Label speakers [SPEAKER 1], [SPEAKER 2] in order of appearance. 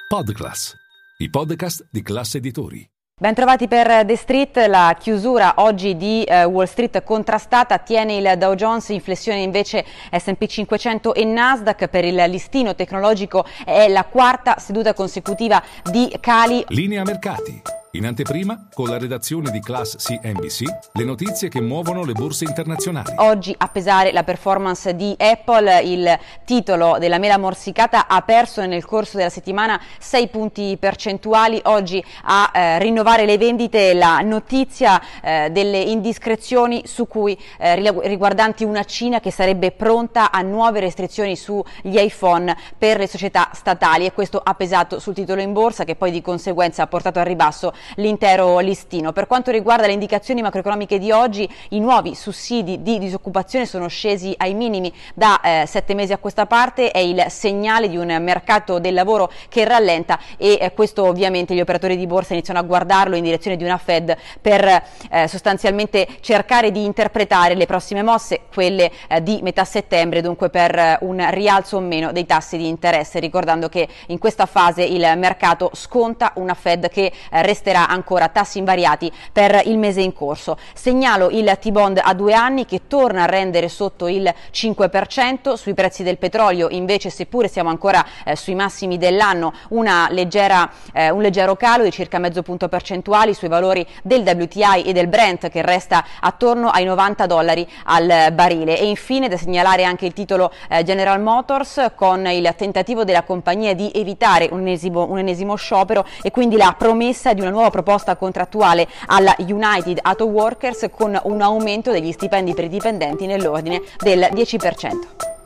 [SPEAKER 1] Podclass, i podcast di Class Editori.
[SPEAKER 2] Ben trovati per The Street. La chiusura oggi di Wall Street contrastata tiene il Dow Jones in flessione, invece S&P 500 e Nasdaq. Per il listino tecnologico è la quarta seduta consecutiva di cali.
[SPEAKER 1] Linea mercati. In anteprima, con la redazione di Class CNBC, le notizie che muovono le borse internazionali.
[SPEAKER 2] Oggi a pesare la performance di Apple. Il titolo della mela morsicata ha perso nel corso della settimana 6 punti percentuali. Oggi a rinnovare le vendite la notizia delle indiscrezioni riguardanti una Cina che sarebbe pronta a nuove restrizioni sugli iPhone per le società statali, e questo ha pesato sul titolo in borsa, che poi di conseguenza ha portato al ribasso l'intero listino. Per quanto riguarda le indicazioni macroeconomiche di oggi, i nuovi sussidi di disoccupazione sono scesi ai minimi da 7 mesi a questa parte. È il segnale di un mercato del lavoro che rallenta, e questo ovviamente gli operatori di borsa iniziano a guardarlo in direzione di una Fed per sostanzialmente cercare di interpretare le prossime mosse, quelle di metà settembre, dunque per un rialzo o meno dei tassi di interesse, ricordando che in questa fase il mercato sconta una Fed che resterà ancora tassi invariati per il mese in corso. Segnalo il T-bond a 2 anni che torna a rendere sotto il 5%. Sui prezzi del petrolio invece, seppure siamo ancora sui massimi dell'anno, un leggero calo di circa mezzo punto percentuali sui valori del WTI e del Brent, che resta attorno ai $90 al barile. E infine da segnalare anche il titolo General Motors, con il tentativo della compagnia di evitare un ennesimo sciopero e quindi la promessa di una nuova proposta contrattuale alla United Auto Workers, con un aumento degli stipendi per i dipendenti nell'ordine del 10%.